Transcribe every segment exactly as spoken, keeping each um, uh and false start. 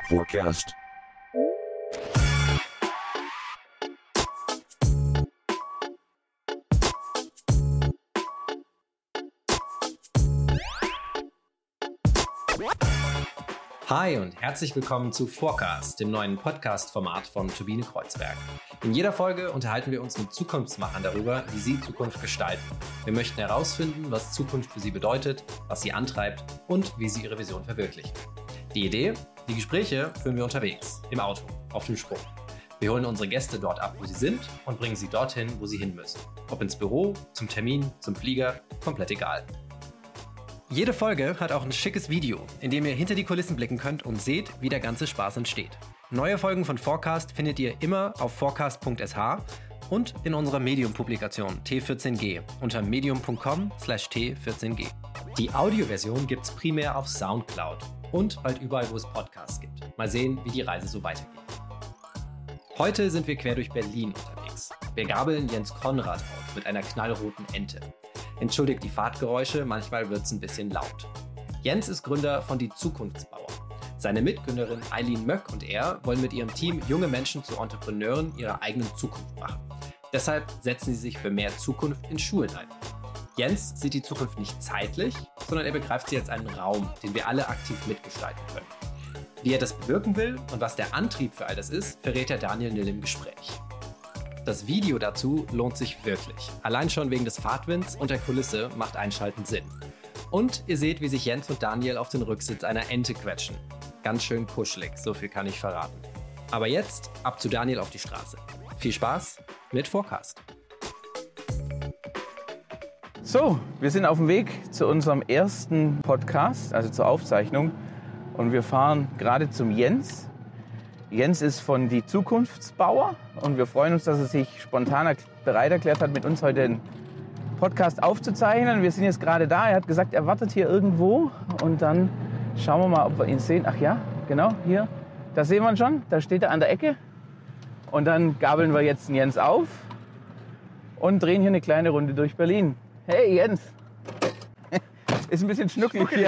Forecast. Hi und herzlich willkommen zu Forecast, dem neuen Podcast-Format von Turbine Kreuzberg. In jeder Folge unterhalten wir uns mit Zukunftsmachern darüber, wie sie Zukunft gestalten. Wir möchten herausfinden, was Zukunft für sie bedeutet, was sie antreibt und wie sie ihre Vision verwirklichen. Die Idee? Die Gespräche führen wir unterwegs, im Auto, auf dem Sprung. Wir holen unsere Gäste dort ab, wo sie sind und bringen sie dorthin, wo sie hin müssen. Ob ins Büro, zum Termin, zum Flieger, komplett egal. Jede Folge hat auch ein schickes Video, in dem ihr hinter die Kulissen blicken könnt und seht, wie der ganze Spaß entsteht. Neue Folgen von Forecast findet ihr immer auf forecast punkt s h und in unserer Medium-Publikation T vierzehn G unter medium punkt com slash T vierzehn G. Die Audioversion gibt's primär auf Soundcloud und bald überall, wo es Podcasts gibt. Mal sehen, wie die Reise so weitergeht. Heute sind wir quer durch Berlin unterwegs. Wir gabeln Jens Konrad auf mit einer knallroten Ente. Entschuldigt die Fahrtgeräusche, manchmal wird's ein bisschen laut. Jens ist Gründer von Die Zukunftsbauer. Seine Mitgründerin Eileen Möck und er wollen mit ihrem Team junge Menschen zu Entrepreneuren ihrer eigenen Zukunft machen. Deshalb setzen sie sich für mehr Zukunft in Schulen ein. Jens sieht die Zukunft nicht zeitlich, sondern er begreift sie als einen Raum, den wir alle aktiv mitgestalten können. Wie er das bewirken will und was der Antrieb für all das ist, verrät er Daniel Nill im Gespräch. Das Video dazu lohnt sich wirklich. Allein schon wegen des Fahrtwinds und der Kulisse macht Einschalten Sinn. Und ihr seht, wie sich Jens und Daniel auf den Rücksitz einer Ente quetschen. Ganz schön kuschelig, so viel kann ich verraten. Aber jetzt ab zu Daniel auf die Straße. Viel Spaß mit Forecast. So, wir sind auf dem Weg zu unserem ersten Podcast, also zur Aufzeichnung. Und wir fahren gerade zum Jens. Jens ist von Die Zukunftsbauer und wir freuen uns, dass er sich spontan bereit erklärt hat, mit uns heute den Podcast aufzuzeichnen. Wir sind jetzt gerade da. Er hat gesagt, er wartet hier irgendwo und dann schauen wir mal, ob wir ihn sehen. Ach ja, genau, hier. Da sehen wir ihn schon. Da steht er an der Ecke. Und dann gabeln wir jetzt den Jens auf und drehen hier eine kleine Runde durch Berlin. Hey Jens! Ist ein bisschen schnuckelig hier.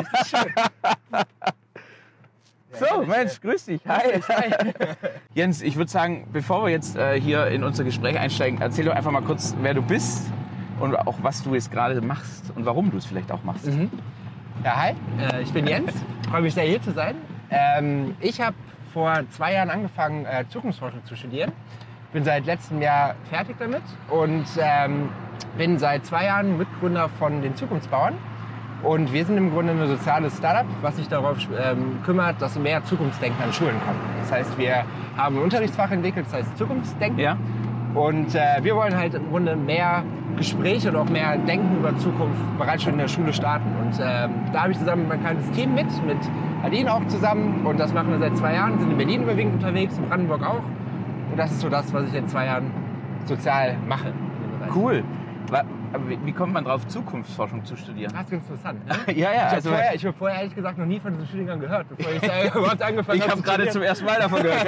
So, Mensch, grüß dich. Hi. Hi. Jens, ich würde sagen, bevor wir jetzt äh, hier in unser Gespräch einsteigen, erzähl doch einfach mal kurz, wer du bist und auch was du jetzt gerade machst und warum du es vielleicht auch machst. Mhm. Ja, hi, äh, ich bin Jens. Freue mich sehr, hier zu sein. Ähm, ich habe vor zwei Jahren angefangen, äh, Zukunftsforschung zu studieren. Bin seit letztem Jahr fertig damit und ähm, bin seit zwei Jahren Mitgründer von den Zukunftsbauern. Und wir sind im Grunde ein soziales Startup, was sich darauf ähm, kümmert, dass mehr Zukunftsdenken an Schulen kommt. Das heißt, wir haben ein Unterrichtsfach entwickelt, das heißt Zukunftsdenken. Ja. Und äh, wir wollen halt im Grunde mehr Gespräche und auch mehr Denken über Zukunft bereits schon in der Schule starten. Und ähm, da habe ich zusammen ein kleines Team mit, mit Aline auch zusammen. Und das machen wir seit zwei Jahren, sind in Berlin überwiegend unterwegs, in Brandenburg auch. Und das ist so das, was ich in zwei Jahren sozial mache. Cool. Wie kommt man drauf, Zukunftsforschung zu studieren? Das ist ganz interessant, ne? ja, ja. Ich Also habe vorher, hab vorher ehrlich gesagt noch nie von diesem Studiengang gehört, bevor ich überhaupt angefangen habe. Ich habe gerade zum ersten Mal davon gehört.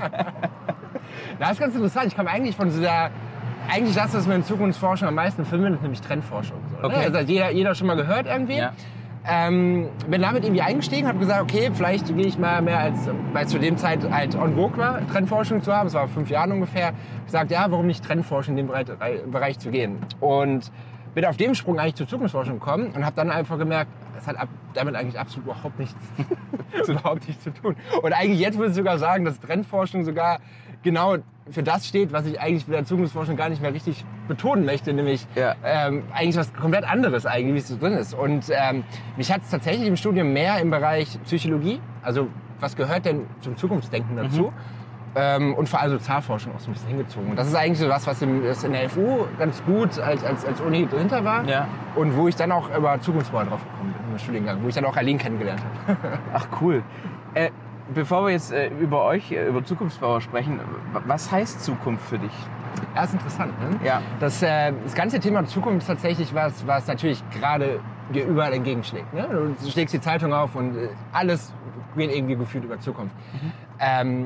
Das ist ganz interessant. Ich komme eigentlich von dieser, eigentlich das, was mir in Zukunftsforschung am meisten verbindet, nämlich Trendforschung. So, okay. Ne? Also hat jeder, jeder schon mal gehört irgendwie. Ja. Ähm, bin damit irgendwie eingestiegen, habe gesagt, okay, vielleicht gehe ich mal mehr als, weil es zu dem Zeit halt en vogue war, Trendforschung zu haben, das war vor fünf Jahren ungefähr, gesagt, ja, warum nicht Trendforschung in dem Bereich, Bereich zu gehen. Und bin auf dem Sprung eigentlich zur Zukunftsforschung gekommen und habe dann einfach gemerkt, das hat ab, damit eigentlich absolut überhaupt nichts, überhaupt nichts zu tun. Und eigentlich jetzt würde ich sogar sagen, dass Trendforschung sogar genau für das steht, was ich eigentlich mit der Zukunftsforschung gar nicht mehr richtig betonen möchte, nämlich ja. ähm, eigentlich was komplett anderes eigentlich, wie es so drin ist. Und ähm, mich hat es tatsächlich im Studium mehr im Bereich Psychologie, also was gehört denn zum Zukunftsdenken dazu? Mhm. Ähm, und vor allem Sozialforschung auch so ein bisschen hingezogen. Und das ist eigentlich so was, was in, was in der F U ganz gut als, als, als Uni dahinter war. Ja. Und wo ich dann auch über Zukunftsbau drauf gekommen bin, im Studiengang, wo ich dann auch Aline kennengelernt habe. Ach cool. Äh, bevor wir jetzt äh, über euch, äh, über Zukunftsbauer sprechen, was heißt Zukunft für dich? Ja, ist interessant. Ne? Ja. Das, äh, das ganze Thema Zukunft ist tatsächlich was, was natürlich gerade dir überall entgegenschlägt. Ne? Du schlägst die Zeitung auf und alles geht irgendwie gefühlt über Zukunft. Mhm. Ähm,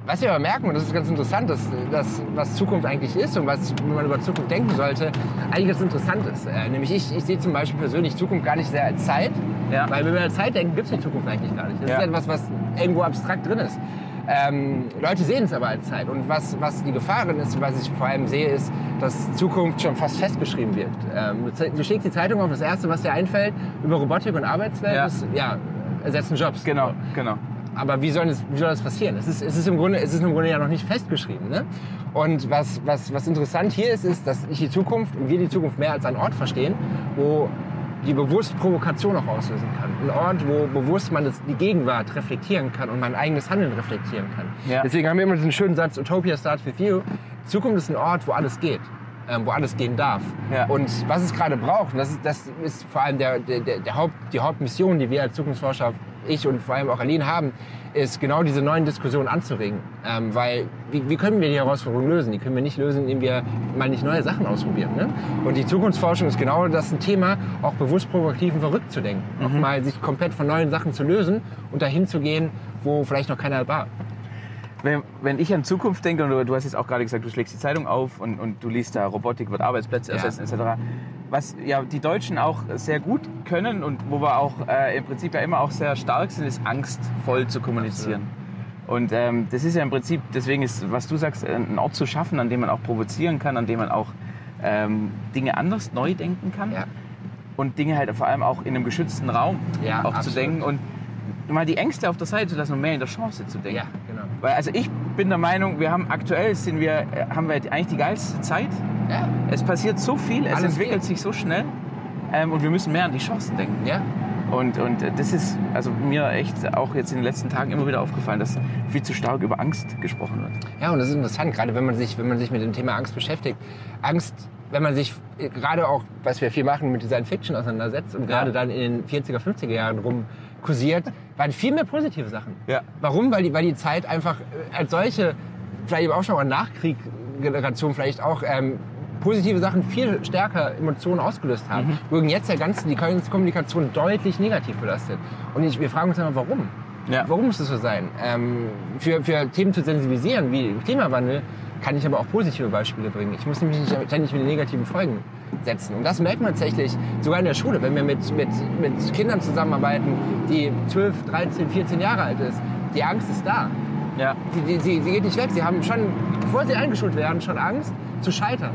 Was wir aber merken, und das ist ganz interessant, dass, dass was Zukunft eigentlich ist und was man über Zukunft denken sollte, eigentlich ganz interessant ist. Äh, nämlich ich, ich sehe zum Beispiel persönlich Zukunft gar nicht sehr als Zeit, ja. weil wenn wir als Zeit denken, gibt es die Zukunft eigentlich gar nicht. Das ja. ist etwas, was irgendwo abstrakt drin ist. Ähm, Leute sehen es aber als Zeit. Und was, was die Gefahr drin ist, was ich vor allem sehe, ist, dass Zukunft schon fast festgeschrieben wird. Ähm, du schlägst die Zeitung auf, das Erste, was dir einfällt über Robotik und Arbeitswelt, ja. ist, ja, ersetzen Jobs. Genau, genau. Aber wie soll das, wie soll das passieren? Es ist, es ist im Grunde, es ist im Grunde ja noch nicht festgeschrieben. Ne? Und was, was, was interessant hier ist, ist, dass ich die Zukunft und wir die Zukunft mehr als einen Ort verstehen, wo die bewusst Provokation auch auslösen kann. Ein Ort, wo bewusst man das, die Gegenwart reflektieren kann und mein eigenes Handeln reflektieren kann. Ja. Deswegen haben wir immer diesen schönen Satz, Utopia starts with you. Zukunft ist ein Ort, wo alles geht. Ähm, wo alles gehen darf. Ja. Und was es gerade braucht, und das ist, das ist vor allem der, der, der Haupt, die Hauptmission, die wir als Zukunftsforscher, ich und vor allem auch Aline haben, ist genau diese neuen Diskussionen anzuregen. Ähm, weil, wie, wie können wir die Herausforderungen lösen? Die können wir nicht lösen, indem wir mal nicht neue Sachen ausprobieren. Ne? Und die Zukunftsforschung ist genau das ein Thema, auch bewusst provokativ und verrückt zu denken. Mhm. Auch mal sich komplett von neuen Sachen zu lösen und dahin zu gehen, wo vielleicht noch keiner war. Wenn, wenn ich an Zukunft denke, und du, du hast jetzt auch gerade gesagt, du schlägst die Zeitung auf und, und du liest da, Robotik wird Arbeitsplätze ersetzen, ja. et cetera. Was ja die Deutschen auch sehr gut können und wo wir auch äh, im Prinzip ja immer auch sehr stark sind, ist angstvoll zu kommunizieren. Absolut. Und ähm, das ist ja im Prinzip, deswegen ist, was du sagst, ein Ort zu schaffen, an dem man auch provozieren kann, an dem man auch ähm, Dinge anders neu denken kann. Ja. Und Dinge halt vor allem auch in einem geschützten Raum ja, auch absolut. zu denken. Und mal die Ängste auf der Seite zu lassen und mehr in der Chance zu denken. Ja, genau. Weil also ich bin der Meinung, wir haben aktuell sind wir, haben wir eigentlich die geilste Zeit. Ja. Es passiert so viel, es Alles entwickelt geht. sich so schnell ähm, und wir müssen mehr an die Chancen denken. Ja. Und, und das ist also mir echt auch jetzt in den letzten Tagen immer wieder aufgefallen, dass viel zu stark über Angst gesprochen wird. Ja, und das ist interessant, gerade wenn man sich, wenn man sich mit dem Thema Angst beschäftigt. Angst, wenn man sich gerade auch, was wir viel machen, mit Design Fiction auseinandersetzt und gerade ja. dann in den vierziger, fünfziger Jahren rum kursiert, waren viel mehr positive Sachen. Ja. Warum? Weil die, weil die Zeit einfach als solche, vielleicht auch schon mal Nachkriegsgeneration vielleicht auch ähm, positive Sachen viel stärker Emotionen ausgelöst haben. Mhm. Wogegen jetzt der ganze, die ganze Kommunikation deutlich negativ belastet. Und ich, wir fragen uns immer, warum? Ja. Warum muss das so sein? Ähm, für, für Themen zu sensibilisieren, wie Klimawandel, kann ich aber auch positive Beispiele bringen. Ich muss nämlich nicht ständig mit den negativen Folgen setzen. Und das merkt man tatsächlich sogar in der Schule, wenn wir mit, mit, mit Kindern zusammenarbeiten, die zwölf, dreizehn, vierzehn Jahre alt ist. Die Angst ist da. Ja. Sie, sie, sie geht nicht weg. Sie haben schon, bevor sie eingeschult werden, schon Angst zu scheitern.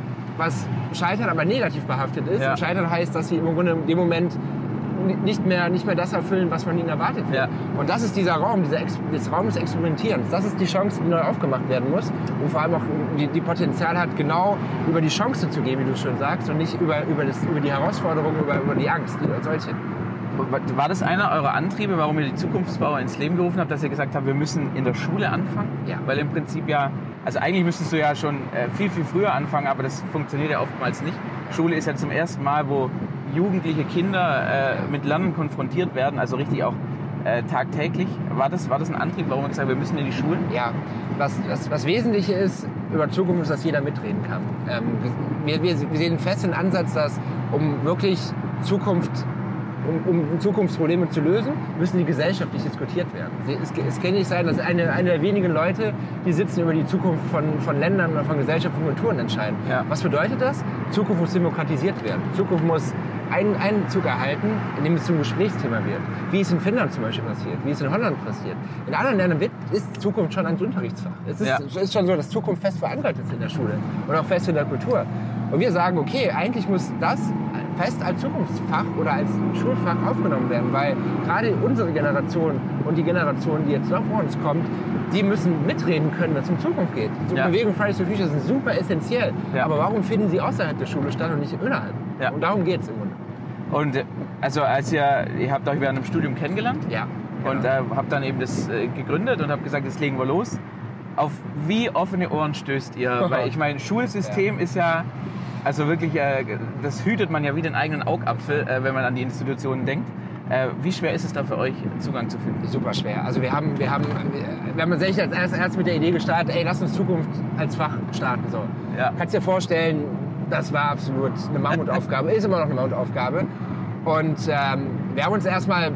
Was Scheitern aber negativ behaftet ist. Ja. Und Scheitern heißt, dass sie im Grunde in dem Moment nicht mehr, nicht mehr das erfüllen, was von ihnen erwartet wird. Ja. Und das ist dieser Raum, dieser Ex- des Raum des Experimentierens. Das ist die Chance, die neu aufgemacht werden muss und vor allem auch die, die Potenzial hat, genau über die Chance zu gehen, wie du schon sagst, und nicht über, über, das, über die Herausforderung, über, über die Angst, die als solche. War das einer eurer Antriebe, warum ihr die Zukunftsbauer ins Leben gerufen habt, dass ihr gesagt habt, wir müssen in der Schule anfangen? Ja. Weil im Prinzip ja, also eigentlich müsstest du ja schon viel, viel früher anfangen, aber das funktioniert ja oftmals nicht. Schule ist ja zum ersten Mal, wo jugendliche Kinder äh, mit Lernen konfrontiert werden, also richtig auch äh, tagtäglich. War das, war das ein Antrieb, warum wir gesagt haben, wir müssen in die Schulen? Ja, was, was, was wesentlich ist über Zukunft, ist, dass jeder mitreden kann. Ähm, wir, wir sehen fest den Ansatz, dass um wirklich Zukunft Um, um Zukunftsprobleme zu lösen, müssen die gesellschaftlich diskutiert werden. Es, es kann nicht sein, dass eine, eine der wenigen Leute, die sitzen, über die Zukunft von, von Ländern oder von Gesellschaften und Kulturen entscheiden. Ja. Was bedeutet das? Zukunft muss demokratisiert werden. Zukunft muss einen Einzug erhalten, indem es zum Gesprächsthema wird. Wie es in Finnland zum Beispiel passiert, wie es in Holland passiert. In anderen Ländern wird, ist Zukunft schon ein Unterrichtsfach. Es ist, ja. es ist schon so, dass Zukunft fest verankert ist in der Schule und auch fest in der Kultur. Und wir sagen, okay, eigentlich muss das fest als Zukunftsfach oder als Schulfach aufgenommen werden, weil gerade unsere Generation und die Generation, die jetzt noch vor uns kommt, die müssen mitreden können, wenn es um Zukunft geht. So ja. Bewegung Fridays for Future sind super essentiell, ja. aber warum finden sie außerhalb der Schule statt und nicht innerhalb? Ja. Und darum geht es im Grunde. Und also als ihr, ihr habt euch während dem Studium kennengelernt ja, genau. und äh, habt dann eben das äh, gegründet und habt gesagt, jetzt legen wir los. Auf wie offene Ohren stößt ihr? Weil ich meine, Schulsystem ja. ist ja also wirklich, äh, das hütet man ja wie den eigenen Augapfel, äh, wenn man an die Institutionen denkt. Äh, wie schwer ist es da für euch, Zugang zu finden? Super schwer. Also wir haben, wir haben, wir haben tatsächlich als erst, erst mit der Idee gestartet, ey, lass uns Zukunft als Fach starten. So. Ja. Kannst dir vorstellen, das war absolut eine Mammutaufgabe, ist immer noch eine Mammutaufgabe. Und ähm, wir haben uns erstmal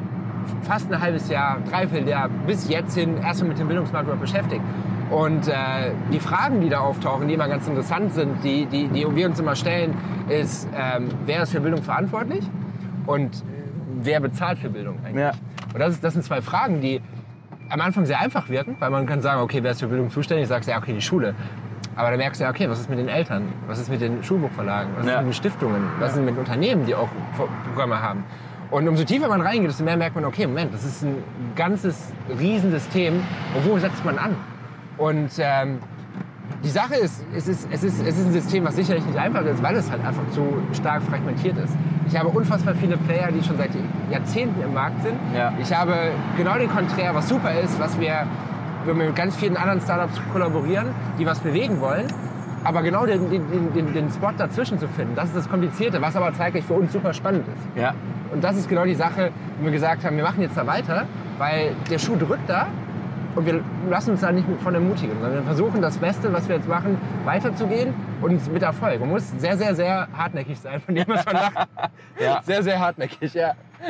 fast ein halbes Jahr, dreiviertel Jahr bis jetzt hin erstmal mit dem Bildungsmarkt überhaupt beschäftigt. Und äh, die Fragen, die da auftauchen, die immer ganz interessant sind, die, die, die wir uns immer stellen, ist, ähm, wer ist für Bildung verantwortlich und wer bezahlt für Bildung eigentlich? Ja. Und das, ist, das sind zwei Fragen, die am Anfang sehr einfach wirken, weil man kann sagen, okay, wer ist für Bildung zuständig? Sagst du, ja, okay, die Schule. Aber dann merkst du ja, okay, was ist mit den Eltern? Was ist mit den Schulbuchverlagen? Was ja. ist mit den Stiftungen? Was ja. ist mit Unternehmen, die auch Programme haben? Und umso tiefer man reingeht, desto mehr merkt man, okay, Moment, das ist ein ganzes Riesensystem. Und wo setzt man an? Und ähm, die Sache ist es, ist, es ist, es ist ein System, was sicherlich nicht einfach ist, weil es halt einfach zu stark fragmentiert ist. Ich habe unfassbar viele Player, die schon seit Jahrzehnten im Markt sind. Ja. Ich habe genau den Konträr, was super ist, was wir, wir mit ganz vielen anderen Startups kollaborieren, die was bewegen wollen. Aber genau den, den, den, den Spot dazwischen zu finden, das ist das Komplizierte, was aber zeitgleich für uns super spannend ist. Ja. Und das ist genau die Sache, wo wir gesagt haben, wir machen jetzt da weiter, weil der Schuh drückt da. Und wir lassen uns da nicht von ermutigen, sondern wir versuchen das Beste, was wir jetzt machen, weiterzugehen und mit Erfolg. Man muss sehr, sehr, sehr hartnäckig sein, von dem was man lacht. Ja. Sehr, sehr hartnäckig, ja.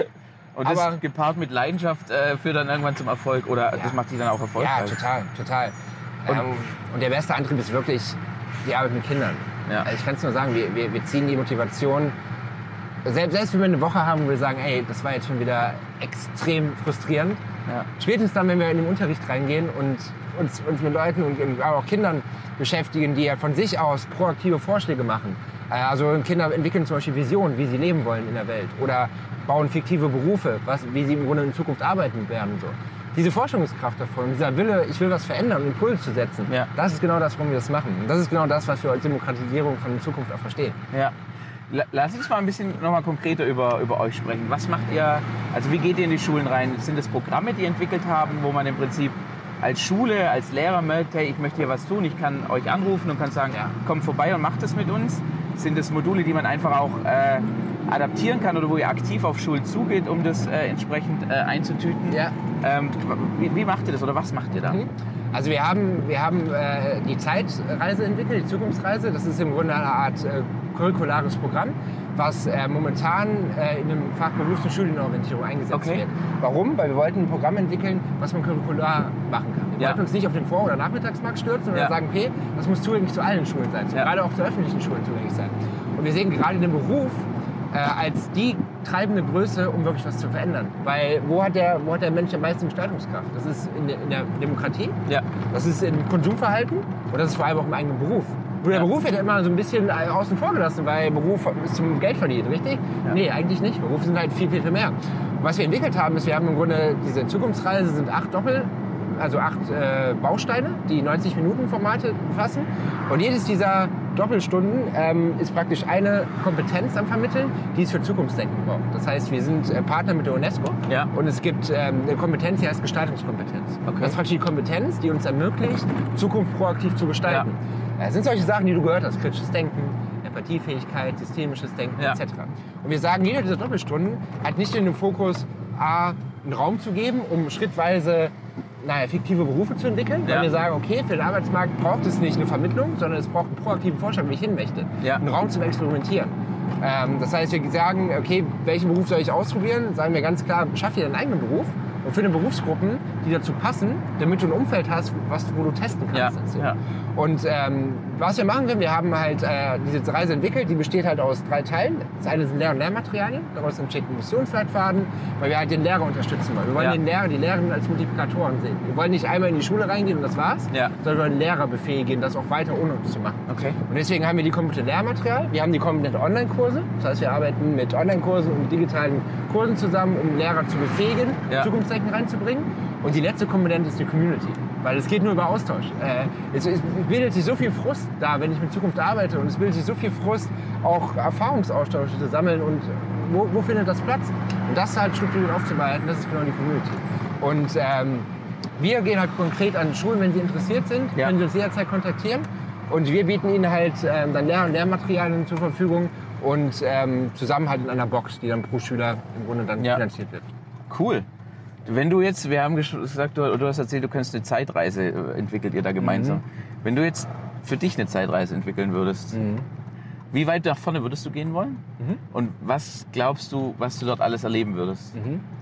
Und das aber, gepaart mit Leidenschaft äh, führt dann irgendwann zum Erfolg oder ja. das macht dich dann auch erfolgreich? Ja, total, total. Und, ähm, und der beste Antrieb ist wirklich die Arbeit mit Kindern. Ja. Also ich kann es nur sagen, wir, wir, wir ziehen die Motivation. Selbst, selbst wenn wir eine Woche haben, wo wir sagen, ey, das war jetzt schon wieder extrem frustrierend. Ja. Spätestens dann, wenn wir in den Unterricht reingehen und uns, uns mit Leuten und, und auch Kindern beschäftigen, die ja von sich aus proaktive Vorschläge machen. Also Kinder entwickeln zum Beispiel Visionen, wie sie leben wollen in der Welt. Oder bauen fiktive Berufe, was, wie sie im Grunde in Zukunft arbeiten werden. So. Diese Forschungskraft davon, dieser Wille, ich will was verändern und Impuls zu setzen, ja. das ist genau das, warum wir das machen. Und das ist genau das, was wir als Demokratisierung von Zukunft auch verstehen. Ja. Lass uns mal ein bisschen noch mal konkreter über, über euch sprechen. Was macht ihr, also wie geht ihr in die Schulen rein? Sind das Programme, die ihr entwickelt haben, wo man im Prinzip als Schule, als Lehrer merkt, hey, ich möchte hier was tun, ich kann euch anrufen und kann sagen, ja. kommt vorbei und macht das mit uns? Sind das Module, die man einfach auch äh, adaptieren kann oder wo ihr aktiv auf Schulen zugeht, um das äh, entsprechend äh, einzutüten? Ja. Ähm, wie, wie macht ihr das oder was macht ihr da? Mhm. Also wir haben, wir haben äh, die Zeitreise entwickelt, die Zukunftsreise. Das ist im Grunde eine Art äh, curriculares Programm, was äh, momentan äh, in dem Fach Berufs- und Studienorientierung eingesetzt okay. wird. Warum? Weil wir wollten ein Programm entwickeln, was man curricular machen kann. Wir ja. wollten uns nicht auf den Vor- oder Nachmittagsmarkt stürzen, sondern ja. sagen, okay, das muss zugänglich zu allen Schulen sein, ja. gerade auch zu öffentlichen Schulen zugänglich sein. Und wir sehen gerade den Beruf äh, als die treibende Größe, um wirklich was zu verändern. Weil wo hat der, wo hat der Mensch am meisten Gestaltungskraft? Das ist in der, in der Demokratie, ja. das ist im Konsumverhalten und das ist vor allem auch im eigenen Beruf. Nur der ja. Beruf wird ja immer so ein bisschen außen vor gelassen, weil Beruf ist zum Geld verdienen, richtig? Ja. Nee, eigentlich nicht. Berufe sind halt viel, viel, viel mehr. Und was wir entwickelt haben, ist, wir haben im Grunde diese Zukunftsreise, sind acht Doppel, also acht äh, Bausteine, die neunzig Minuten Formate fassen. Und jedes dieser Doppelstunden ähm, ist praktisch eine Kompetenz am Vermitteln, die es für Zukunftsdenken braucht. Das heißt, wir sind äh, Partner mit der UNESCO ja. und es gibt ähm, eine Kompetenz, die heißt Gestaltungskompetenz. Okay. Das ist praktisch die Kompetenz, die uns ermöglicht, Zukunft proaktiv zu gestalten. Ja. Das sind solche Sachen, die du gehört hast, kritisches Denken, Empathiefähigkeit, systemisches Denken ja. et cetera. Und wir sagen, jede dieser Doppelstunden hat nicht nur den Fokus, A, einen Raum zu geben, um schrittweise naja, fiktive Berufe zu entwickeln, weil ja. wir sagen, okay, für den Arbeitsmarkt braucht es nicht eine Vermittlung, sondern es braucht einen proaktiven Vorschlag, wie ich hin möchte. Ja. Einen Raum zum Experimentieren. Ähm, das heißt, wir sagen, okay, welchen Beruf soll ich ausprobieren? Sagen wir ganz klar, schaff dir deinen eigenen Beruf. Und für den Berufsgruppen, die dazu passen, damit du ein Umfeld hast, was, wo du testen kannst. Ja. Ja. Und ähm, was wir machen können, wir haben halt äh, diese Reise entwickelt, die besteht halt aus drei Teilen. Das eine sind Lehr- und Lernmaterialien, daraus entsteht ein Missionsleitfaden, weil wir halt den Lehrer unterstützen wollen. Wir wollen ja. den Lehrer, die Lehrerinnen als Multiplikatoren sehen. Wir wollen nicht einmal in die Schule reingehen und das war's, ja. sondern wir wollen Lehrer befähigen, das auch weiter ohne uns zu machen. Okay. Und deswegen haben wir die komplette Lehrmaterial, wir haben die komplette Online-Kurse, das heißt, wir arbeiten mit Online-Kursen und digitalen Kursen zusammen, um Lehrer zu befähigen, ja. Zukunftsdenken reinzubringen. Und die letzte Komponente ist die Community, weil es geht nur über Austausch. Äh, es, es bildet sich so viel Frust da, wenn ich mit Zukunft arbeite, und es bildet sich so viel Frust, auch Erfahrungsaustausche zu sammeln, und wo, wo findet das Platz? Und das halt strukturiert aufzubereiten, das ist genau die Community. Und ähm, wir gehen halt konkret an Schulen, wenn sie interessiert sind, ja. können sie uns jederzeit kontaktieren, und wir bieten ihnen halt ähm, dann Lehr- und Lehrmaterialien zur Verfügung und ähm, zusammen halt in einer Box, die dann pro Schüler im Grunde dann ja. finanziert wird. Cool. Wenn du jetzt, wir haben gesagt, du, du hast erzählt, du könntest eine Zeitreise, entwickelt ihr da gemeinsam. Mhm. Wenn du jetzt für dich eine Zeitreise entwickeln würdest, mhm. wie weit nach vorne würdest du gehen wollen? Mhm. Und was glaubst du, was du dort alles erleben würdest? Mhm.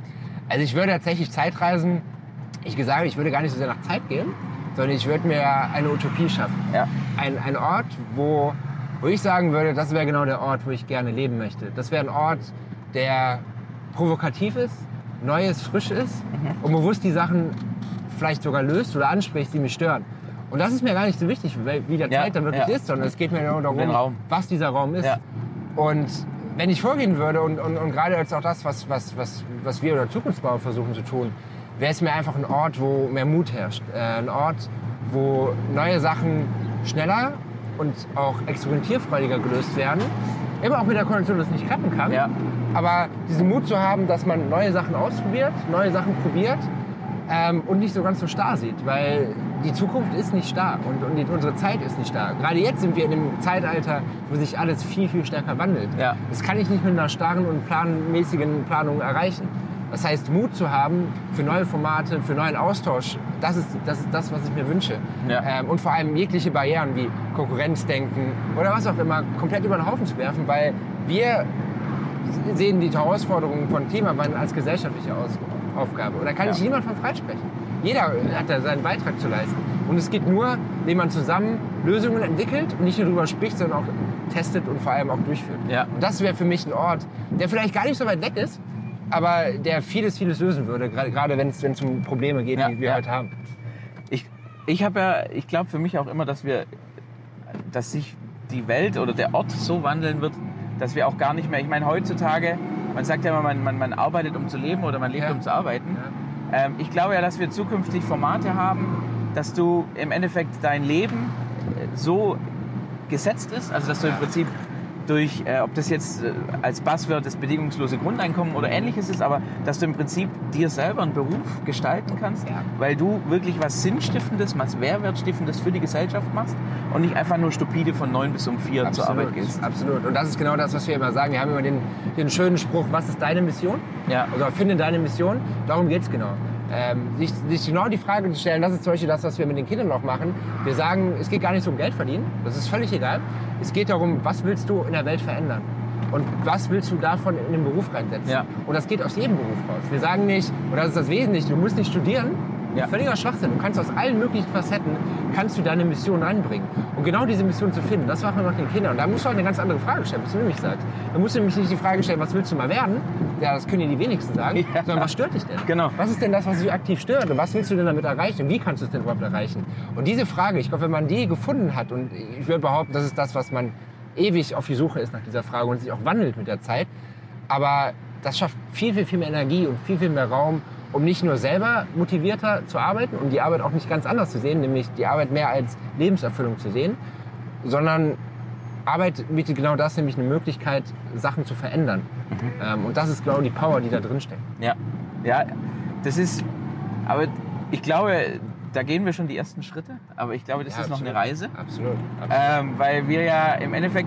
Also ich würde tatsächlich Zeitreisen, ich gesagt, ich würde gar nicht so sehr nach Zeit gehen, sondern ich würde mir eine Utopie schaffen. Ja. Ein, ein Ort, wo, wo ich sagen würde, das wäre genau der Ort, wo ich gerne leben möchte. Das wäre ein Ort, der provokativ ist, Neues, frisch ist mhm. und bewusst die Sachen vielleicht sogar löst oder anspricht, die mich stören. Und das ist mir gar nicht so wichtig, wie der ja, Zeit dann wirklich ja. ist, sondern es geht mir nur darum, was dieser Raum ist. Ja. Und wenn ich vorgehen würde und, und, und gerade jetzt auch das, was, was, was, was wir oder Zukunftsbau versuchen zu tun, wäre es mir einfach ein Ort, wo mehr Mut herrscht. Äh, ein Ort, wo neue Sachen schneller und auch experimentierfreudiger gelöst werden. Immer auch mit der Kondition, dass es nicht klappen kann. Ja. Aber diesen Mut zu haben, dass man neue Sachen ausprobiert, neue Sachen probiert ähm, und nicht so ganz so starr sieht. Weil die Zukunft ist nicht starr und, und die, unsere Zeit ist nicht starr. Gerade jetzt sind wir in einem Zeitalter, wo sich alles viel, viel stärker wandelt. Ja. Das kann ich nicht mit einer starren und planmäßigen Planung erreichen. Das heißt, Mut zu haben für neue Formate, für neuen Austausch, das ist das, ist das was ich mir wünsche. Ja. Ähm, und vor allem jegliche Barrieren wie Konkurrenzdenken oder was auch immer komplett über den Haufen zu werfen, weil wir sehen die Herausforderungen von Klimawandel als gesellschaftliche Aus- Aufgabe. Und da kann ja. sich niemand von freisprechen. Jeder hat da seinen Beitrag zu leisten. Und es geht nur, indem man zusammen Lösungen entwickelt und nicht nur darüber spricht, sondern auch testet und vor allem auch durchführt. Ja. Und das wäre für mich ein Ort, der vielleicht gar nicht so weit weg ist, aber der vieles, vieles lösen würde, gerade wenn es um Probleme geht, ja, die wir ja. heute haben. Ich, ich habe ja, ich glaube für mich auch immer, dass wir, dass sich die Welt oder der Ort so wandeln wird, dass wir auch gar nicht mehr, ich meine heutzutage, man sagt ja immer, man, man, man arbeitet um zu leben oder man lebt ja. um zu arbeiten. Ja. Ähm, ich glaube ja, dass wir zukünftig Formate haben, dass du im Endeffekt dein Leben so gesetzt ist, also dass du im Prinzip durch, äh, ob das jetzt äh, als Buzzword das bedingungslose Grundeinkommen oder ähnliches ist, aber dass du im Prinzip dir selber einen Beruf gestalten kannst, Ja. weil du wirklich was Sinnstiftendes, was Mehrwertstiftendes für die Gesellschaft machst und nicht einfach nur stupide von neun bis um vier zur Arbeit gehst. Absolut. Und das ist genau das, was wir immer sagen. Wir haben immer den, den schönen Spruch, was ist deine Mission? Ja. Also finde deine Mission. Darum geht es genau. Ähm, sich, sich genau die Frage zu stellen, das ist zum Beispiel das, was wir mit den Kindern noch machen. Wir sagen, es geht gar nicht so um Geld verdienen, das ist völlig egal. Es geht darum, was willst du in der Welt verändern? Und was willst du davon in den Beruf reinsetzen? Ja. Und das geht aus jedem Beruf raus. Wir sagen nicht, und das ist das Wesentliche, du musst nicht studieren, Ja. völliger Schwachsinn. Du kannst aus allen möglichen Facetten, kannst du deine Mission reinbringen. Und genau diese Mission zu finden, das machen wir mit den Kindern. Und da musst du auch eine ganz andere Frage stellen, was du nämlich sagst. Da musst du nämlich nicht die Frage stellen, was willst du mal werden? Ja, das können dir die wenigsten sagen. Ja. Sondern was stört dich denn? Genau. Was ist denn das, was dich aktiv stört? Und was willst du denn damit erreichen? Und wie kannst du es denn überhaupt erreichen? Und diese Frage, ich glaube, wenn man die gefunden hat, und ich würde behaupten, das ist das, was man ewig auf die Suche ist nach dieser Frage und sich auch wandelt mit der Zeit. Aber das schafft viel, viel, viel mehr Energie und viel, viel mehr Raum, um nicht nur selber motivierter zu arbeiten und die Arbeit auch nicht ganz anders zu sehen, nämlich die Arbeit mehr als Lebenserfüllung zu sehen, sondern Arbeit bietet genau das, nämlich eine Möglichkeit, Sachen zu verändern. Mhm. Ähm, und das ist genau die Power, die da drin steckt. Ja, ja, das ist, aber ich glaube, da gehen wir schon die ersten Schritte, aber ich glaube, das Ja, ist noch absolut. eine Reise. Absolut. absolut. Ähm, weil wir ja im Endeffekt,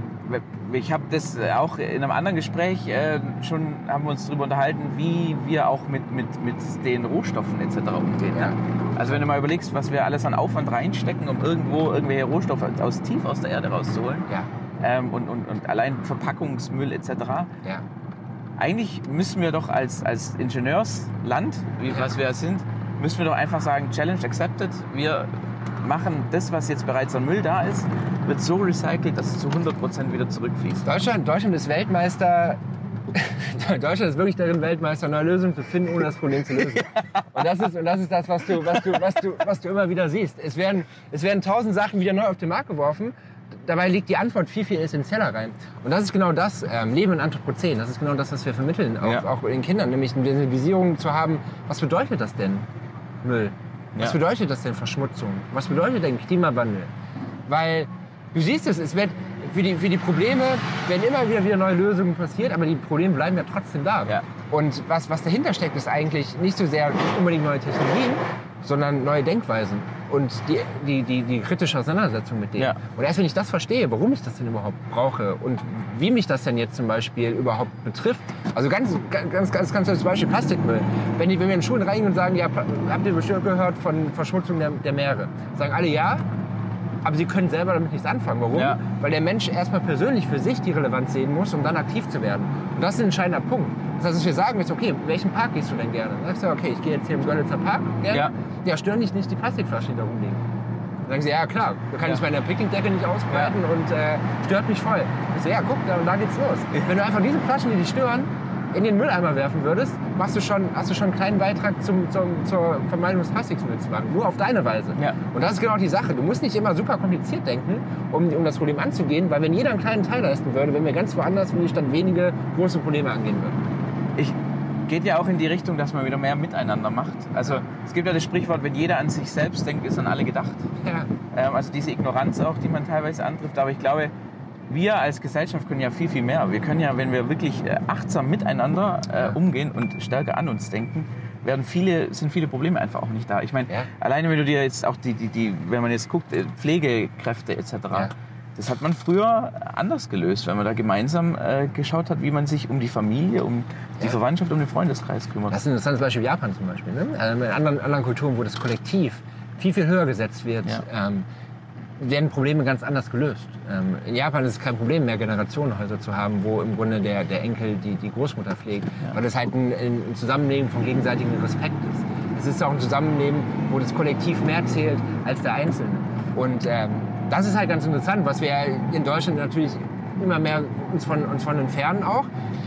ich habe das auch in einem anderen Gespräch äh, schon, haben wir uns darüber unterhalten, wie wir auch mit, mit, mit den Rohstoffen et cetera umgehen. Ja? Also wenn du mal überlegst, was wir alles an Aufwand reinstecken, um irgendwo irgendwelche Rohstoffe aus, tief aus der Erde rauszuholen, Ja. ähm, und, und, und allein Verpackungsmüll et cetera. Ja. Eigentlich müssen wir doch als, als Ingenieursland, wie, Ja. was wir ja sind, müssen wir doch einfach sagen, Challenge accepted. Wir machen das, was jetzt bereits an Müll da ist, wird so recycelt, dass es zu hundert Prozent wieder zurückfließt. Deutschland, Deutschland ist Weltmeister. Deutschland ist wirklich darin, Weltmeister, neue Lösungen zu finden, ohne das Problem zu lösen. Und das ist, und das, ist das, was du, was, du, was, du, was du immer wieder siehst. Es werden, es werden tausend Sachen wieder neu auf den Markt geworfen. Dabei liegt die Antwort viel, viel essentieller rein. Und das ist genau das, ähm, Leben in Anthropozän. Das ist genau das, was wir vermitteln, auch, Ja. auch den Kindern. Nämlich eine Sensibilisierung zu haben, was bedeutet das denn, Müll? Was Ja. bedeutet das denn, Verschmutzung? Was bedeutet denn Klimawandel? Weil du siehst es, es wird für die, für die Probleme werden immer wieder, wieder neue Lösungen passiert, aber die Probleme bleiben ja trotzdem da. Ja. Und was, was dahinter steckt, ist eigentlich nicht so sehr unbedingt neue Technologien, sondern neue Denkweisen und die, die, die, die kritische Auseinandersetzung mit denen. Ja. Und erst wenn ich das verstehe, warum ich das denn überhaupt brauche und wie mich das denn jetzt zum Beispiel überhaupt betrifft, also ganz, ganz, ganz, ganz als Beispiel Plastikmüll. Wenn, die, wenn wir in Schulen reingehen und sagen, ja, habt ihr bestimmt gehört von Verschmutzung der, der Meere? Sagen alle ja. aber sie können selber damit nichts anfangen. Warum? Ja. Weil der Mensch erstmal persönlich für sich die Relevanz sehen muss, um dann aktiv zu werden. Und das ist ein entscheidender Punkt. Das heißt, was wir sagen ist, okay, in welchen Park gehst du denn gerne? Dann sagst du, okay, ich gehe jetzt hier im Görlitzer Park gerne. Ja. Ja, stören dich nicht die Plastikflaschen, die da rumliegen. Dann sagen sie, ja klar, da kann ja. ich meine Picknickdecke nicht ausbreiten ja. und äh, stört mich voll. Ich so, ja guck, da, da geht's los. Wenn du einfach diese Flaschen, die dich stören, in den Mülleimer werfen würdest, machst du schon, hast du schon einen kleinen Beitrag zum, zum, zur Vermeidung des Plastikmülls zu machen. Nur auf deine Weise. Ja. Und das ist genau die Sache. Du musst nicht immer super kompliziert denken, um, um das Problem anzugehen, weil wenn jeder einen kleinen Teil leisten würde, wenn wir ganz woanders, wie statt wenige große Probleme angehen würden. Ich geht ja auch in die Richtung, dass man wieder mehr miteinander macht. Also ja. es gibt ja das Sprichwort, wenn jeder an sich selbst denkt, ist an alle gedacht. Ja. Ähm, also diese Ignoranz auch, die man teilweise antrifft. Aber ich glaube, wir als Gesellschaft können ja viel, viel mehr. Wir können ja, wenn wir wirklich achtsam miteinander äh, umgehen und stärker an uns denken, werden viele, sind viele Probleme einfach auch nicht da. Ich meine, ja. alleine wenn du dir jetzt auch die, die, die, wenn man jetzt guckt, Pflegekräfte et cetera, ja. das hat man früher anders gelöst, wenn man da gemeinsam äh, geschaut hat, wie man sich um die Familie, um die ja. Verwandtschaft, um den Freundeskreis kümmert. Das ist ein interessantes Beispiel Japan zum Beispiel. Ne? Also in anderen, anderen Kulturen, wo das Kollektiv viel, viel höher gesetzt wird, ja. ähm, werden Probleme ganz anders gelöst. Ähm, in Japan ist es kein Problem mehr, Generationenhäuser zu haben, wo im Grunde der, der Enkel die, die Großmutter pflegt, ja. weil das halt ein, ein Zusammenleben von gegenseitigem Respekt ist. Es ist auch ein Zusammenleben, wo das Kollektiv mehr zählt als der Einzelne. Und ähm, das ist halt ganz interessant, was wir in Deutschland natürlich immer mehr uns von, uns von entfernen auch.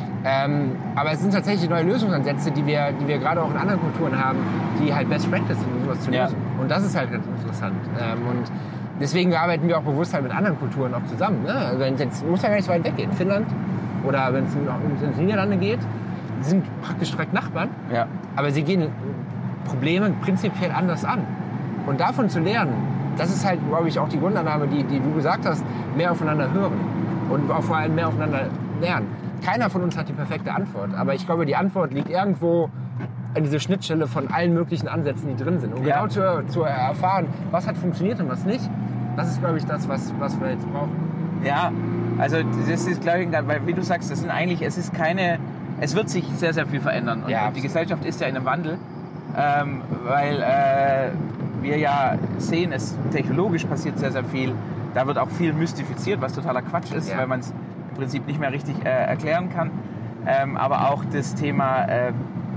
Ähm, aber es sind tatsächlich neue Lösungsansätze, die wir, die wir gerade auch in anderen Kulturen haben, die halt Best Practice sind, um sowas zu lösen. Ja. Und das ist halt ganz interessant. Ähm, und deswegen arbeiten wir auch bewusst halt mit anderen Kulturen auch zusammen. Ne? Also wenn es jetzt, muss ja gar nicht so weit weggehen. Finnland oder wenn es in die Niederlande geht, die sind praktisch direkt Nachbarn, ja. aber sie gehen Probleme prinzipiell anders an. Und davon zu lernen, das ist halt, glaube ich, auch die Grundannahme, die, die du gesagt hast, mehr aufeinander hören und auch vor allem mehr aufeinander lernen. Keiner von uns hat die perfekte Antwort, aber ich glaube, die Antwort liegt irgendwo an diese Schnittstelle von allen möglichen Ansätzen, die drin sind. Und ja. genau zu, zu erfahren, was hat funktioniert und was nicht, das ist, glaube ich, das, was, was wir jetzt brauchen. Ja, also das ist, glaube ich, weil wie du sagst, das sind eigentlich, es ist keine, es wird sich sehr, sehr viel verändern. Und ja, die Gesellschaft ist ja in einem Wandel, ähm, weil äh, wir ja sehen, es technologisch passiert sehr, sehr viel. Da wird auch viel mystifiziert, was totaler Quatsch ist, ja. weil man es im Prinzip nicht mehr richtig äh, erklären kann. Ähm, aber auch das Thema, äh,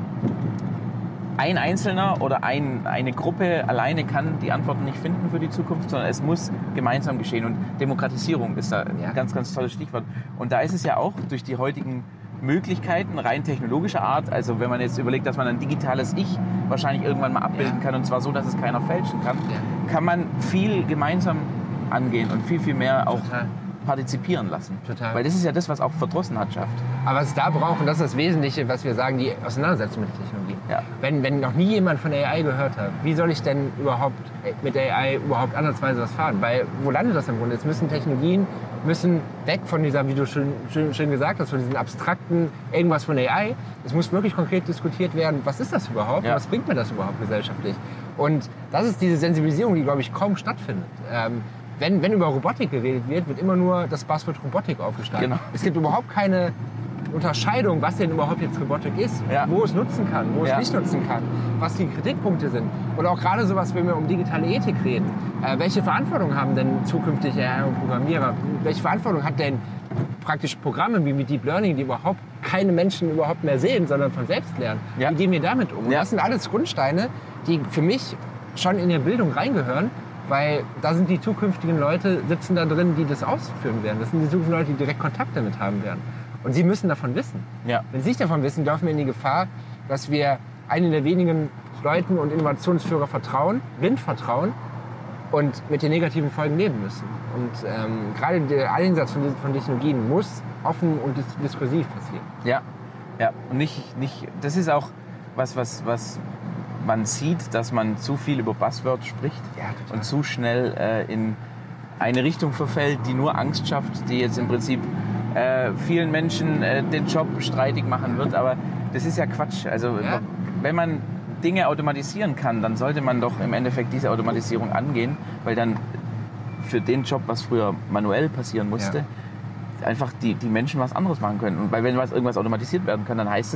ein Einzelner oder ein, eine Gruppe alleine kann die Antworten nicht finden für die Zukunft, sondern es muss gemeinsam geschehen. Und Demokratisierung ist da ein ja. ganz, ganz tolles Stichwort. Und da ist es ja auch durch die heutigen Möglichkeiten rein technologischer Art, also wenn man jetzt überlegt, dass man ein digitales Ich wahrscheinlich irgendwann mal abbilden ja. kann, und zwar so, dass es keiner fälschen kann, ja. kann man viel gemeinsam angehen und viel, viel mehr auch Total. partizipieren lassen. Total. Weil das ist ja das, was auch Verdrossenheit schafft. Aber was es da braucht, und das ist das Wesentliche, was wir sagen, die Auseinandersetzung mit der Technologie. Ja. Wenn, wenn noch nie jemand von der A I gehört hat, wie soll ich denn überhaupt mit der A I überhaupt ansatzweise was fahren? Weil wo landet das im Grunde? Jetzt müssen Technologien müssen weg von dieser, wie du schön, schön, schön gesagt hast, von diesen abstrakten irgendwas von der A I. Es muss wirklich konkret diskutiert werden, was ist das überhaupt? Ja. Was bringt mir das überhaupt gesellschaftlich? Und das ist diese Sensibilisierung, die, glaube ich, kaum stattfindet. Ähm, Wenn, wenn über Robotik geredet wird, wird immer nur das Buzzword Robotik aufgeschlagen. Genau. Es gibt überhaupt keine Unterscheidung, was denn überhaupt jetzt Robotik ist, ja. wo es nutzen kann, wo ja. es nicht nutzen kann, was die Kritikpunkte sind. Oder auch gerade sowas, wenn wir um digitale Ethik reden. Äh, welche Verantwortung haben denn zukünftig A I und Programmierer? Welche Verantwortung hat denn praktisch Programme wie mit Deep Learning, die überhaupt keine Menschen überhaupt mehr sehen, sondern von selbst lernen? Ja. Wie gehen wir damit um? Ja. Das sind alles Grundsteine, die für mich schon in der Bildung reingehören. Weil da sind die zukünftigen Leute, sitzen da drin, die das ausführen werden. Das sind die zukünftigen Leute, die direkt Kontakt damit haben werden. Und sie müssen davon wissen. Ja. Wenn sie nicht davon wissen, laufen wir in die Gefahr, dass wir einen der wenigen Leuten und Innovationsführer vertrauen, blind vertrauen und mit den negativen Folgen leben müssen. Und ähm, gerade der Einsatz von, von Technologien muss offen und dis- diskursiv passieren. Ja, ja. Und nicht, nicht, das ist auch was, was, was man sieht, dass man zu viel über Buzzwords spricht ja, und zu schnell äh, in eine Richtung verfällt, die nur Angst schafft, die jetzt im Prinzip äh, vielen Menschen äh, den Job streitig machen wird. Aber das ist ja Quatsch. Also ja. wenn man Dinge automatisieren kann, dann sollte man doch im Endeffekt diese Automatisierung angehen, weil dann für den Job, was früher manuell passieren musste, ja. einfach die, die Menschen was anderes machen können. Und weil wenn was, irgendwas automatisiert werden kann, dann heißt es,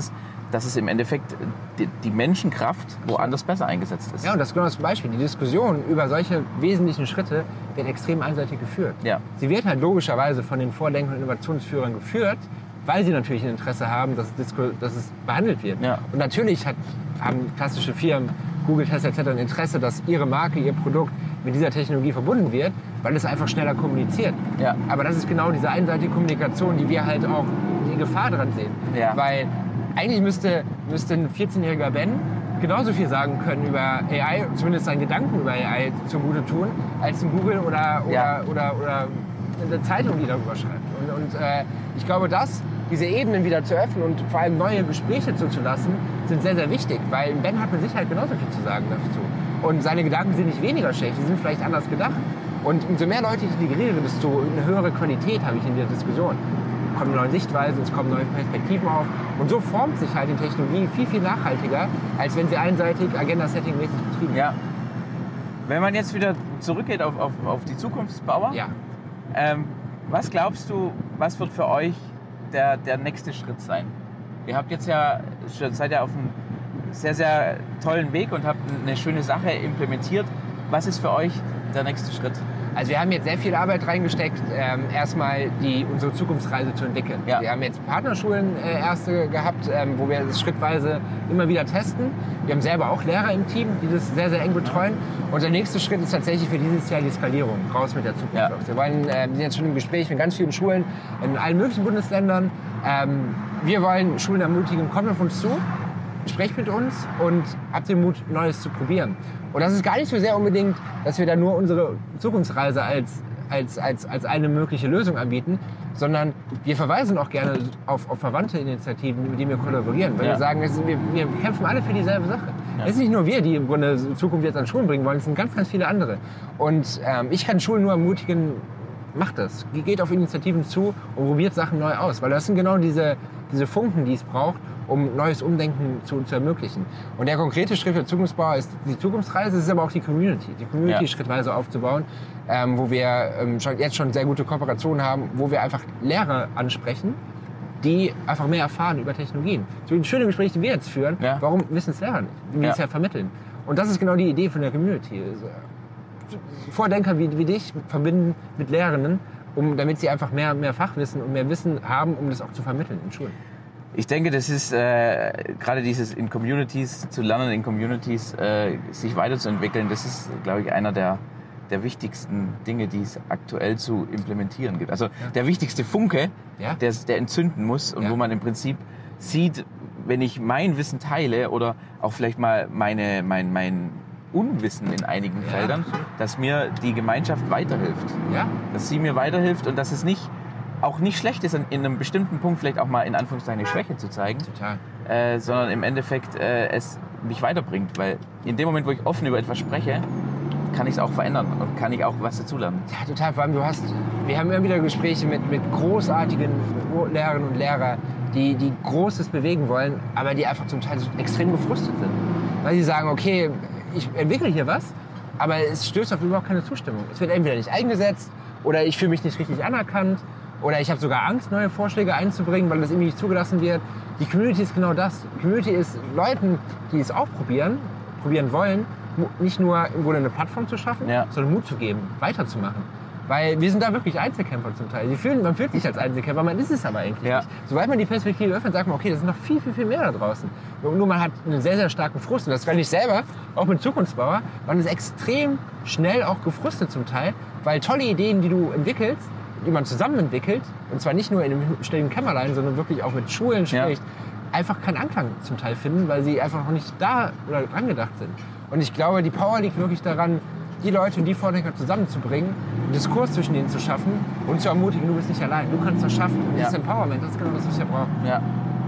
dass es im Endeffekt die, die Menschenkraft woanders besser eingesetzt ist. Ja, und das ist genau das Beispiel. Die Diskussion über solche wesentlichen Schritte wird extrem einseitig geführt. Ja. Sie wird halt logischerweise von den Vordenker- und Innovationsführern geführt, weil sie natürlich ein Interesse haben, dass es, dass es behandelt wird. Ja. Und natürlich hat, haben klassische Firmen, Google, Tesla et cetera ein Interesse, dass ihre Marke, ihr Produkt mit dieser Technologie verbunden wird, weil es einfach schneller kommuniziert. Ja. Aber das ist genau diese einseitige Kommunikation, die wir halt auch die Gefahr dran sehen. Ja. Weil eigentlich müsste, müsste ein vierzehnjähriger Ben genauso viel sagen können über A I, zumindest seinen Gedanken über A I zugute tun, als ein Google oder, oder, Ja. oder, oder eine Zeitung, die darüber schreibt. Und, und äh, ich glaube, dass diese Ebenen wieder zu öffnen und vor allem neue Gespräche zuzulassen, sind sehr, sehr wichtig, weil Ben hat mit Sicherheit genauso viel zu sagen dazu. Und seine Gedanken sind nicht weniger schlecht, die sind vielleicht anders gedacht. Und umso mehr Leute ich integriere, desto eine höhere Qualität habe ich in der Diskussion. Es kommen neue Sichtweisen, es kommen neue Perspektiven auf. Und so formt sich halt die Technologie viel, viel nachhaltiger, als wenn sie einseitig Agenda-Setting-mäßig betrieben wird. Ja. Wenn man jetzt wieder zurückgeht auf, auf, auf die Zukunftsbauer, Ja. ähm, was glaubst du, was wird für euch der, der nächste Schritt sein? Ihr habt jetzt ja, seid ja auf einem sehr, sehr tollen Weg und habt eine schöne Sache implementiert. Was ist für euch der nächste Schritt? Also wir haben jetzt sehr viel Arbeit reingesteckt, ähm, erstmal die, unsere Zukunftsreise zu entwickeln. Ja. Wir haben jetzt Partnerschulen äh, erste gehabt, ähm, wo wir das schrittweise immer wieder testen. Wir haben selber auch Lehrer im Team, die das sehr, sehr eng betreuen. Und der nächste Schritt ist tatsächlich für dieses Jahr die Skalierung, raus mit der Zukunft. Ja. Wir wollen, äh, wir sind jetzt schon im Gespräch mit ganz vielen Schulen in allen möglichen Bundesländern. Ähm, wir wollen Schulen ermutigen, kommt auf uns zu, sprecht mit uns und habt den Mut, Neues zu probieren. Und das ist gar nicht so sehr unbedingt, dass wir da nur unsere Zukunftsreise als, als, als, als eine mögliche Lösung anbieten, sondern wir verweisen auch gerne auf, auf verwandte Initiativen, mit denen wir kollaborieren. Weil Ja. wir sagen, es ist, wir, wir kämpfen alle für dieselbe Sache. Ja. Es sind nicht nur wir, die im Grunde Zukunft jetzt an Schulen bringen wollen, es sind ganz, ganz viele andere. Und ähm, ich kann Schulen nur ermutigen, macht das. Geht auf Initiativen zu und probiert Sachen neu aus. Weil das sind genau diese, diese Funken, die es braucht, um neues Umdenken zu, zu ermöglichen. Und der konkrete Schritt für Zukunftsbauer ist die Zukunftsreise, es ist aber auch die Community. Die Community Ja. schrittweise aufzubauen, ähm, wo wir ähm, schon, jetzt schon sehr gute Kooperationen haben, wo wir einfach Lehrer ansprechen, die einfach mehr erfahren über Technologien. So ein schönes Gespräch, die wir jetzt führen, Ja. warum wissen es Lehrer nicht? Wie Ja. es ja vermitteln. Und das ist genau die Idee von der Community. Also, Vordenker wie, wie dich verbinden mit Lehrenden, um, damit sie einfach mehr, mehr Fachwissen und mehr Wissen haben, um das auch zu vermitteln in Schulen. Ich denke, das ist äh, gerade dieses in Communities, zu lernen in Communities, äh, sich weiterzuentwickeln, das ist, glaube ich, einer der, der wichtigsten Dinge, die es aktuell zu implementieren gibt. Also ja. der wichtigste Funke, Ja. der, der entzünden muss und Ja. wo man im Prinzip sieht, wenn ich mein Wissen teile oder auch vielleicht mal meine, mein, mein Unwissen in einigen Ja. Feldern, dass mir die Gemeinschaft weiterhilft. Ja? Dass sie mir weiterhilft und dass es nicht, auch nicht schlecht ist, in einem bestimmten Punkt vielleicht auch mal in Anführungszeichen eine Schwäche zu zeigen, Total. äh, sondern im Endeffekt äh, es mich weiterbringt. Weil in dem Moment, wo ich offen über etwas spreche, kann ich es auch verändern und kann ich auch was dazulernen. Ja, total. Vor allem, du hast, wir haben immer wieder Gespräche mit, mit großartigen Lehrerinnen und Lehrern, die, die Großes bewegen wollen, aber die einfach zum Teil so extrem gefrustet sind. Weil sie sagen, okay, ich entwickle hier was, aber es stößt auf überhaupt keine Zustimmung. Es wird entweder nicht eingesetzt oder ich fühle mich nicht richtig anerkannt oder ich habe sogar Angst, neue Vorschläge einzubringen, weil das irgendwie nicht zugelassen wird. Die Community ist genau das. Die Community ist Leuten, die es auch probieren, probieren wollen, nicht nur im Grunde eine Plattform zu schaffen, Ja. sondern Mut zu geben, weiterzumachen. Weil wir sind da wirklich Einzelkämpfer zum Teil. Die fühlen, man fühlt sich als Einzelkämpfer, man ist es aber eigentlich Ja. nicht. Sobald man die Perspektive öffnet, sagt man, okay, das sind noch viel, viel, viel mehr da draußen. Nur, nur man hat einen sehr, sehr starken Frust. Und das kann ich selber, auch mit Zukunftsbauer, man ist extrem schnell auch gefrustet zum Teil, weil tolle Ideen, die du entwickelst, die man zusammen entwickelt, und zwar nicht nur in einem stillen Kämmerlein, sondern wirklich auch mit Schulen spricht, ja. einfach keinen Anklang zum Teil finden, weil sie einfach noch nicht da oder dran gedacht sind. Und ich glaube, die Power liegt wirklich daran, die Leute und die Vordenker zusammenzubringen, einen Diskurs zwischen ihnen zu schaffen und zu ermutigen, du bist nicht allein, du kannst das schaffen. Und Ja. das Empowerment, das ist genau das, was wir brauchen. Ja,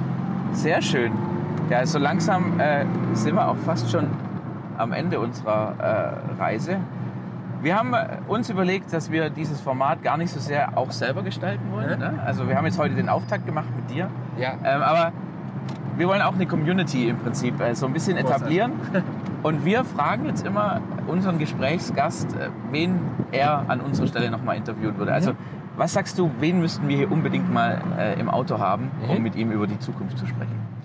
sehr schön. Ja, so langsam äh, sind wir auch fast schon am Ende unserer äh, Reise. Wir haben uns überlegt, dass wir dieses Format gar nicht so sehr auch selber gestalten wollen. Ja. Ne? Also wir haben jetzt heute den Auftakt gemacht mit dir. Ja. Ähm, aber wir wollen auch eine Community im Prinzip äh, so ein bisschen etablieren. Und wir fragen jetzt immer unseren Gesprächsgast, äh, wen er an unserer Stelle nochmal interviewen würde. Also was sagst du, wen müssten wir hier unbedingt mal äh, im Auto haben, um Mhm. mit ihm über die Zukunft zu sprechen?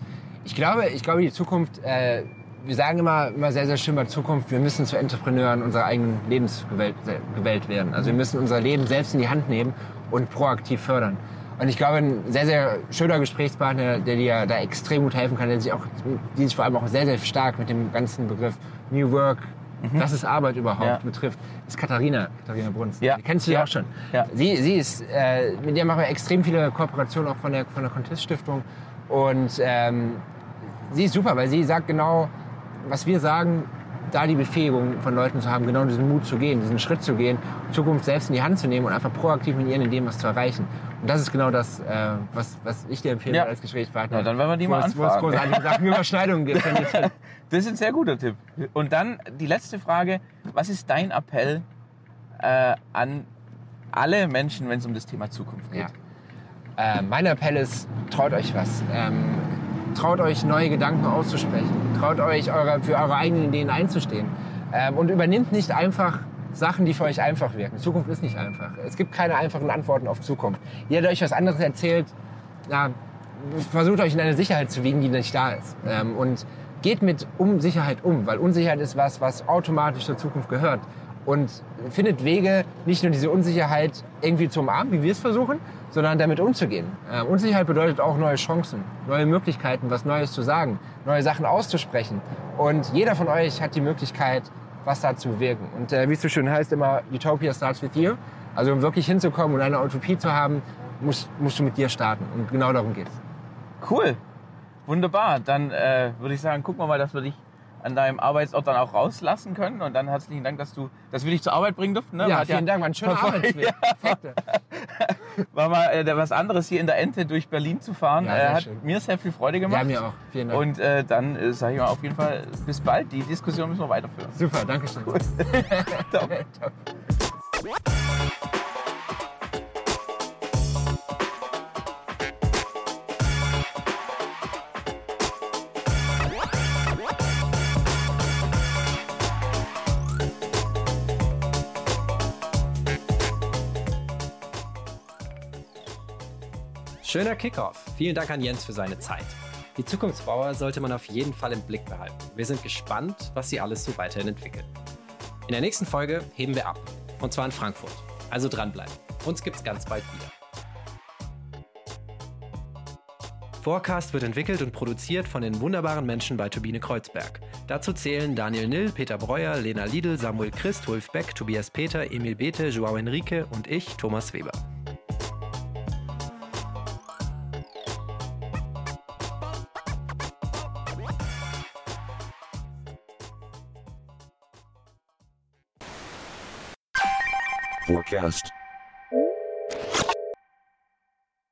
Ich glaube, ich glaube, die Zukunft, äh, wir sagen immer, immer sehr, sehr schön bei Zukunft, wir müssen zu Entrepreneuren unserer eigenen Lebens gewählt, gewählt werden. Also wir müssen unser Leben selbst in die Hand nehmen und proaktiv fördern. Und ich glaube, ein sehr, sehr schöner Gesprächspartner, der dir da extrem gut helfen kann, der sich, auch, die sich vor allem auch sehr, sehr stark mit dem ganzen Begriff New Work, mhm. was ist Arbeit überhaupt, ja. betrifft, ist Katharina, Katharina Bruns. Ja. Die kennst du ja auch schon. Ja. Sie, sie ist, äh, mit der machen wir extrem viele Kooperationen, auch von der, von der Contest-Stiftung. Und ähm, sie ist super, weil sie sagt genau, was wir sagen, da die Befähigung von Leuten zu haben, genau diesen Mut zu gehen, diesen Schritt zu gehen, Zukunft selbst in die Hand zu nehmen und einfach proaktiv mit ihnen in dem was zu erreichen. Und das ist genau das, äh, was, was ich dir empfehle ja. als Gesprächspartner. Ja, dann werden wir die mal anfragen. Wo es großartige Sachen, Überschneidungen gibt. Das ist ein sehr guter Tipp. Und dann die letzte Frage, was ist dein Appell äh, an alle Menschen, wenn es um das Thema Zukunft geht? Ja. Äh, mein Appell ist, traut euch was. Ähm, Traut euch, neue Gedanken auszusprechen. Traut euch, eure, für eure eigenen Ideen einzustehen. Ähm, und übernimmt nicht einfach Sachen, die für euch einfach wirken. Zukunft ist nicht einfach. Es gibt keine einfachen Antworten auf Zukunft. Jeder, der euch was anderes erzählt, na, versucht euch in eine Sicherheit zu wiegen, die nicht da ist. Ähm, und geht mit Unsicherheit um, weil Unsicherheit ist was, was automatisch zur Zukunft gehört. Und findet Wege, nicht nur diese Unsicherheit irgendwie zu umarmen, wie wir es versuchen, sondern damit umzugehen. Äh, Unsicherheit bedeutet auch neue Chancen, neue Möglichkeiten, was Neues zu sagen, neue Sachen auszusprechen. Und jeder von euch hat die Möglichkeit, was da zu bewirken. Und äh, wie es so schön heißt immer, Utopia starts with you. Also um wirklich hinzukommen und eine Utopie zu haben, musst, musst du mit dir starten. Und genau darum geht's. Cool, wunderbar. Dann äh, würde ich sagen, gucken wir mal, dass wir dich an deinem Arbeitsort dann auch rauslassen können. Und dann herzlichen Dank, dass du, dass wir dich zur Arbeit bringen durften. Ne? Ja, vielen ja Dank, war ein schöner Arbeitsweg. Ja. War mal äh, was anderes, hier in der Ente durch Berlin zu fahren. Ja, äh, hat schön. mir sehr viel Freude gemacht. Ja, mir auch. Vielen Dank. Und äh, dann äh, sage ich mal auf jeden Fall bis bald. Die Diskussion müssen wir weiterführen. Super, danke schön. Ciao. Ciao. Schöner Kickoff. Vielen Dank an Jens für seine Zeit. Die Zukunftsbauer sollte man auf jeden Fall im Blick behalten. Wir sind gespannt, was sie alles so weiterhin entwickeln. In der nächsten Folge heben wir ab. Und zwar in Frankfurt. Also dranbleiben. Uns gibt's ganz bald wieder. Forecast wird entwickelt und produziert von den wunderbaren Menschen bei Turbine Kreuzberg. Dazu zählen Daniel Nill, Peter Breuer, Lena Liedl, Samuel Christ, Ulf Beck, Tobias Peter, Emil Bethe, Joao Enrique und ich, Thomas Weber. Forecast.